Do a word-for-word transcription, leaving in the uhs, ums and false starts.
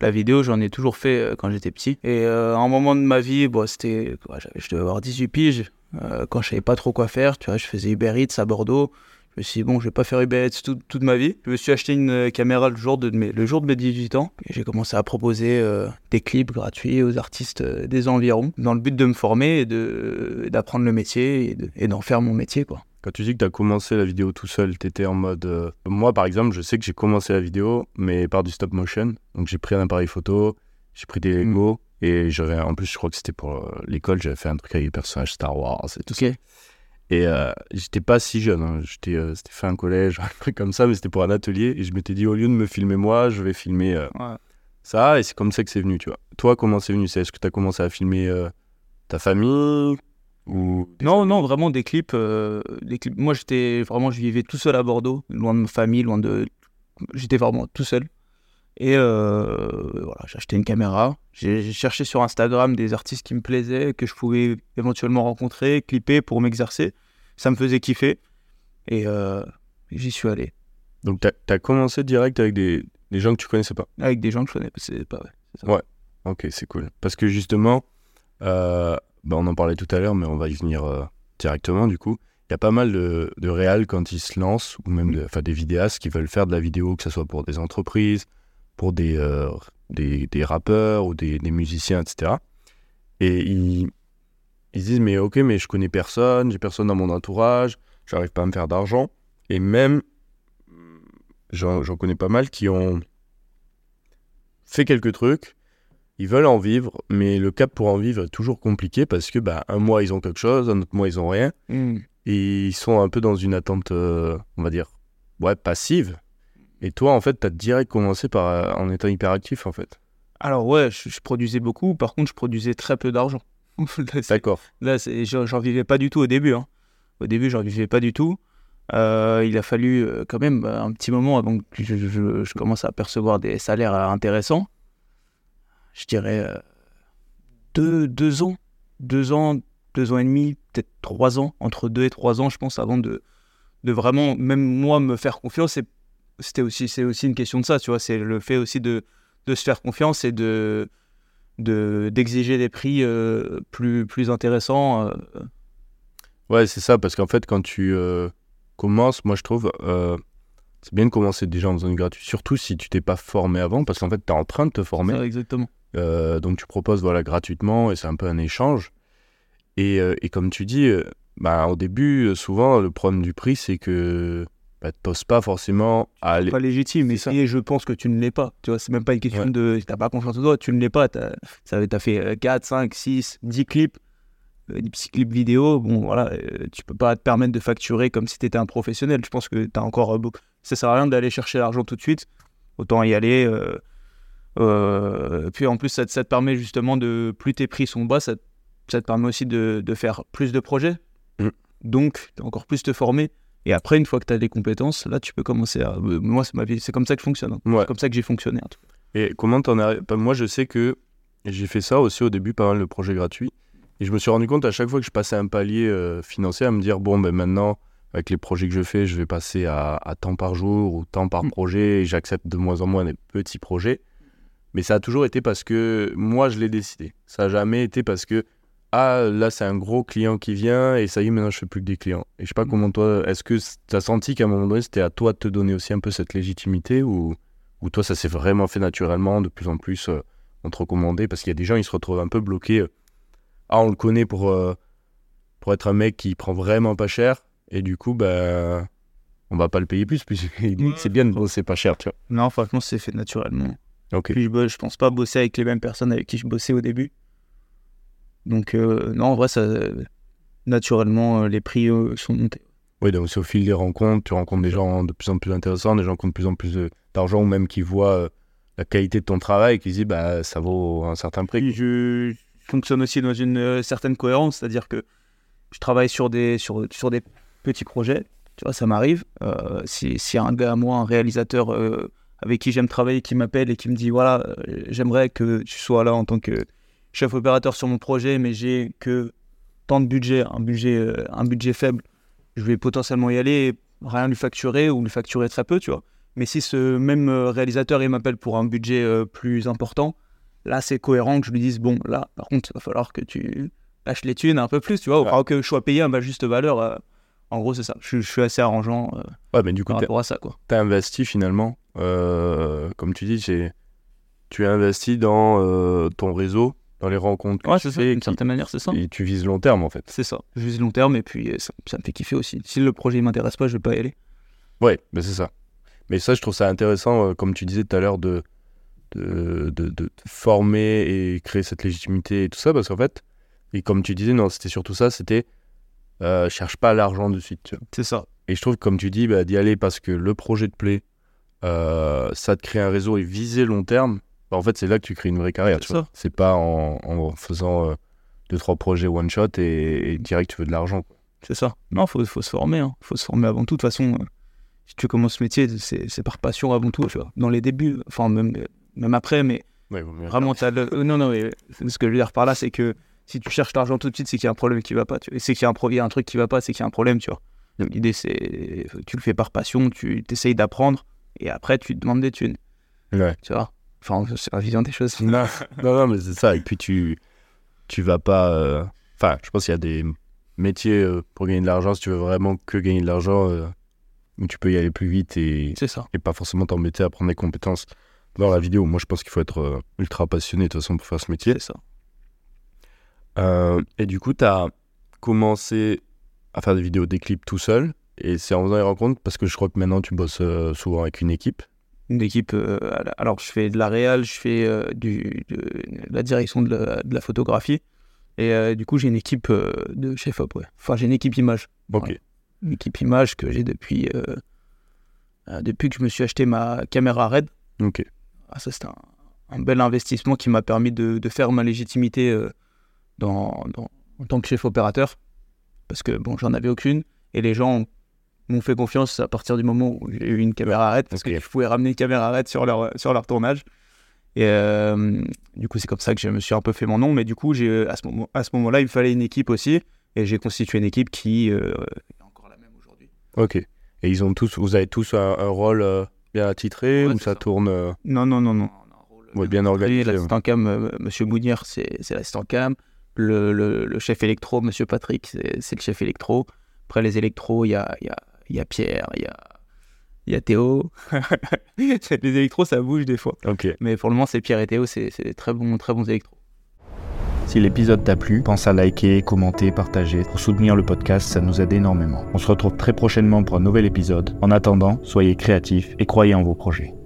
La vidéo, j'en ai toujours fait euh, quand j'étais petit. Et euh, à un moment de ma vie, bon, c'était, ouais, j'avais, je devais avoir dix-huit piges. Euh, quand je savais pas trop quoi faire, tu vois, je faisais Uber Eats à Bordeaux. Je me suis dit, bon, je vais pas faire Uber Eats tout, toute ma vie. Je me suis acheté une euh, caméra le jour de mes, le jour de mes dix-huit ans. Et j'ai commencé à proposer euh, des clips gratuits aux artistes euh, des environs, dans le but de me former et de, d'apprendre le métier et, de, et d'en faire mon métier, quoi. Quand tu dis que tu as commencé la vidéo tout seul, tu étais en mode... Euh... Moi, par exemple, je sais que j'ai commencé la vidéo, mais par du stop motion. Donc, j'ai pris un appareil photo, j'ai pris des Lego, mmh. et j'avais... En plus, je crois que c'était pour euh, l'école, j'avais fait un truc avec les personnages Star Wars et tout okay. ça. Et euh, j'étais pas si jeune, hein. j'étais, euh, c'était fin collège, un truc comme ça, mais c'était pour un atelier. Et je m'étais dit, au lieu de me filmer moi, je vais filmer euh, ouais. ça. Et c'est comme ça que c'est venu, tu vois. Toi, comment c'est venu? C'est, est-ce que tu as commencé à filmer euh, ta famille ou non, non, vraiment des clips, euh, des clips. Moi, j'étais vraiment, je vivais tout seul à Bordeaux, loin de ma famille, loin de. J'étais vraiment tout seul. Et euh, voilà, j'ai acheté une caméra. J'ai, j'ai cherché sur Instagram des artistes qui me plaisaient, que je pouvais éventuellement rencontrer, clipper pour m'exercer. Ça me faisait kiffer. Et euh, j'y suis allé. Donc, t'as, t'as commencé direct avec des, des gens que tu connaissais pas? Avec des gens que je connais, c'est pas vrai. C'est ça. Ouais, ok, c'est cool. Parce que justement. Euh, Bah on en parlait tout à l'heure, mais on va y venir euh, directement du coup. Il y a pas mal de, de réals quand ils se lancent, ou même de, des vidéastes qui veulent faire de la vidéo, que ce soit pour des entreprises, pour des, euh, des, des rappeurs ou des, des musiciens, et cetera. Et ils, ils se disent, mais ok, mais je connais personne, j'ai personne dans mon entourage, j'arrive pas à me faire d'argent. Et même, j'en, j'en connais pas mal qui ont fait quelques trucs. Ils veulent en vivre, mais le cap pour en vivre est toujours compliqué parce que bah, un mois ils ont quelque chose, un autre mois ils ont rien. Mm. Et ils sont un peu dans une attente, euh, on va dire, ouais, passive. Et toi, en fait, tu as direct commencé par, euh, en étant hyperactif, en fait. Alors ouais, je, je produisais beaucoup, par contre je produisais très peu d'argent. là, D'accord. Là, c'est, j'en, j'en vivais pas du tout au début. Hein. Au début, j'en vivais pas du tout. Euh, il a fallu euh, quand même un petit moment avant que je, je, je commence à percevoir des salaires intéressants. Je dirais euh, deux, deux ans, deux ans, deux ans et demi, peut-être trois ans, entre deux et trois ans, je pense, avant de, de vraiment, même moi, me faire confiance. Et c'était aussi, c'est aussi une question de ça, tu vois, c'est le fait aussi de, de se faire confiance et de, de, d'exiger des prix euh, plus, plus intéressants. Euh. Ouais, c'est ça, parce qu'en fait, quand tu euh, commences, moi, je trouve, euh, c'est bien de commencer déjà en faisant du gratuit, surtout si tu t'es pas formé avant, parce qu'en fait, tu es en train de te former. C'est ça, exactement. Euh, donc tu proposes voilà, gratuitement et c'est un peu un échange. Et, euh, et comme tu dis, euh, bah, au début, souvent, le problème du prix, c'est que bah, tu n'oses pas forcément à aller... pas légitime, mais et je pense que tu ne l'es pas. Tu vois, c'est même pas une question ouais. de... Si tu n'as pas confiance en toi, tu ne l'es pas. Tu as fait quatre, cinq, six, dix clips, euh, des petits clips vidéo. Bon, voilà, euh, tu peux pas te permettre de facturer comme si tu étais un professionnel. Je pense que tu as encore... Euh, ça sert à rien d'aller chercher l'argent tout de suite. Autant y aller... Euh, Euh, puis en plus ça te, ça te permet justement de, plus tes prix sont bas, ça, ça te permet aussi de, de faire plus de projets, mmh. donc encore plus te former, et après une fois que tu as des compétences, là tu peux commencer à, euh, moi c'est ma vie, c'est comme ça que je fonctionne, hein. Ouais. C'est comme ça que j'ai fonctionné en tout cas. Et comment t'en arrives? Moi je sais que j'ai fait ça aussi au début, pas mal de projets gratuits, et je me suis rendu compte à chaque fois que je passais un palier euh, financier à me dire bon ben maintenant avec les projets que je fais je vais passer à, à temps par jour ou temps par mmh. projet, et j'accepte de moins en moins des petits projets. Mais ça a toujours été parce que moi, je l'ai décidé. Ça n'a jamais été parce que, ah, là, c'est un gros client qui vient et ça y est, maintenant, je ne fais plus que des clients. Et je ne sais pas comment toi, est-ce que tu as senti qu'à un moment donné, c'était à toi de te donner aussi un peu cette légitimité ou, ou toi, ça s'est vraiment fait naturellement, de plus en plus, euh, on te recommandait? Parce qu'il y a des gens, ils se retrouvent un peu bloqués. Euh, ah, on le connaît pour, euh, pour être un mec qui prend vraiment pas cher et du coup, bah, on ne va pas le payer plus. Puisqu'il dit que c'est bien de bosser pas cher, tu vois. Non, franchement, c'est fait naturellement. Okay. Puis je, je pense pas bosser avec les mêmes personnes avec qui je bossais au début. Donc euh, non, en vrai, ça, naturellement, euh, les prix euh, sont montés. Oui, donc c'est au fil des rencontres, tu rencontres des gens de plus en plus intéressants, des gens qui ont de plus en plus de, d'argent ou même qui voient euh, la qualité de ton travail et qui se disent bah ça vaut un certain prix. Puis je fonctionne aussi dans une euh, certaine cohérence, c'est-à-dire que je travaille sur des, sur, sur des petits projets. Tu vois, ça m'arrive. Euh, si, si un gars à moi, un réalisateur... Euh, avec qui j'aime travailler, qui m'appelle et qui me dit voilà, euh, j'aimerais que tu sois là en tant que chef opérateur sur mon projet, mais j'ai que tant de budget, un budget, euh, un budget faible, je vais potentiellement y aller et rien lui facturer ou lui facturer très peu, tu vois. Mais si ce même réalisateur il m'appelle pour un budget euh, plus important, là c'est cohérent que je lui dise bon, là par contre il va falloir que tu lâches les thunes un peu plus, tu vois, ou ouais. que je sois payé à ma juste valeur. Euh, en gros, c'est ça. Je, je suis assez arrangeant euh, ouais, mais du coup, par rapport à ça, quoi. Tu as investi finalement, euh, comme tu dis, j'ai... tu as investi dans euh, ton réseau, dans les rencontres que ouais, tu c'est fais. D'une certaine manière, c'est ça. Et tu vises long terme en fait. C'est ça. Je vise long terme et puis ça, ça me fait kiffer aussi. Si le projet ne m'intéresse pas, je ne vais pas y aller. Ouais, ben c'est ça. Mais ça, je trouve ça intéressant, euh, comme tu disais tout à l'heure, de, de, de, de former et créer cette légitimité et tout ça, parce qu'en fait, et comme tu disais, non, c'était surtout ça, c'était euh, cherche pas l'argent de suite. Tu vois. C'est ça. Et je trouve, comme tu dis, bah, d'y aller parce que le projet te plaît, euh, ça te crée un réseau et viser long terme, bah, en fait, c'est là que tu crées une vraie carrière. C'est tu vois. ça. C'est pas en, en faisant euh, deux, trois projets one shot et, et direct tu veux de l'argent. Quoi. C'est ça. Non, faut, faut se former. Hein. Faut se former avant tout. De toute façon, euh, si tu commences ce métier, c'est, c'est par passion avant tout. Tu vois. Dans les débuts, enfin, même, même après, mais ouais, vraiment, t'as le... non, non, mais ce que je veux dire par là, c'est que si tu cherches l'argent tout de suite, c'est qu'il y a un problème qui va pas. Tu vois. Et c'est qu'il y a un, pro... il y a un truc qui va pas, c'est qu'il y a un problème, tu vois. Donc l'idée, c'est tu le fais par passion, tu essayes d'apprendre et après, tu te demandes des thunes. Ouais. Tu vois. Enfin, c'est la vision des choses. Non, non, non, mais c'est ça. Et puis, tu, tu vas pas... Euh... Enfin, je pense qu'il y a des métiers euh, pour gagner de l'argent, si tu veux vraiment que gagner de l'argent, euh, où tu peux y aller plus vite et, c'est ça. Et pas forcément t'embêter à prendre des compétences dans la vidéo. Moi, je pense qu'il faut être euh, ultra passionné, de toute façon, pour faire ce métier. C'est ça. Euh, et du coup, tu as commencé à faire des vidéos, des clips tout seul. Et c'est en faisant les rencontres, parce que je crois que maintenant, tu bosses euh, souvent avec une équipe. Une équipe, euh, alors je fais de la réal, je fais euh, du, de, de la direction de la, de la photographie. Et euh, du coup, j'ai une équipe euh, de chef-op, ouais. Enfin, j'ai une équipe image. Ok. Voilà. Une équipe image que j'ai depuis, euh, euh, depuis que je me suis acheté ma caméra Red. Ok. Ah, ça, c'était un, un bel investissement qui m'a permis de, de faire ma légitimité euh, dans, dans, en tant que chef opérateur. Parce que, bon, j'en avais aucune. Et les gens m'ont fait confiance à partir du moment où j'ai eu une caméra Red. Parce okay. que je pouvais ramener une caméra Red sur leur, sur leur tournage. Et euh, du coup, c'est comme ça que je me suis un peu fait mon nom. Mais du coup, j'ai, à, ce moment, à ce moment-là, il me fallait une équipe aussi. Et j'ai constitué une équipe qui euh, est encore la même aujourd'hui. Ok. Et ils ont tous, vous avez tous un, un rôle euh, bien attitré ouais, ou ça, ça tourne euh... Non, non, non, non. On a un rôle ouais, bien organisé. L'assistant ouais. cam, euh, Monsieur Bounière, c'est, c'est l'assistant cam. Le, le, le chef électro, Monsieur Patrick, c'est, c'est le chef électro. Après les électros, il y a, y, a, y a Pierre, il y a... Il y a Théo. Les électros, ça bouge des fois. Okay. Mais pour le moment, c'est Pierre et Théo, c'est, c'est des très bons, très bons électros. Si l'épisode t'a plu, pense à liker, commenter, partager. Pour soutenir le podcast, ça nous aide énormément. On se retrouve très prochainement pour un nouvel épisode. En attendant, soyez créatifs et croyez en vos projets.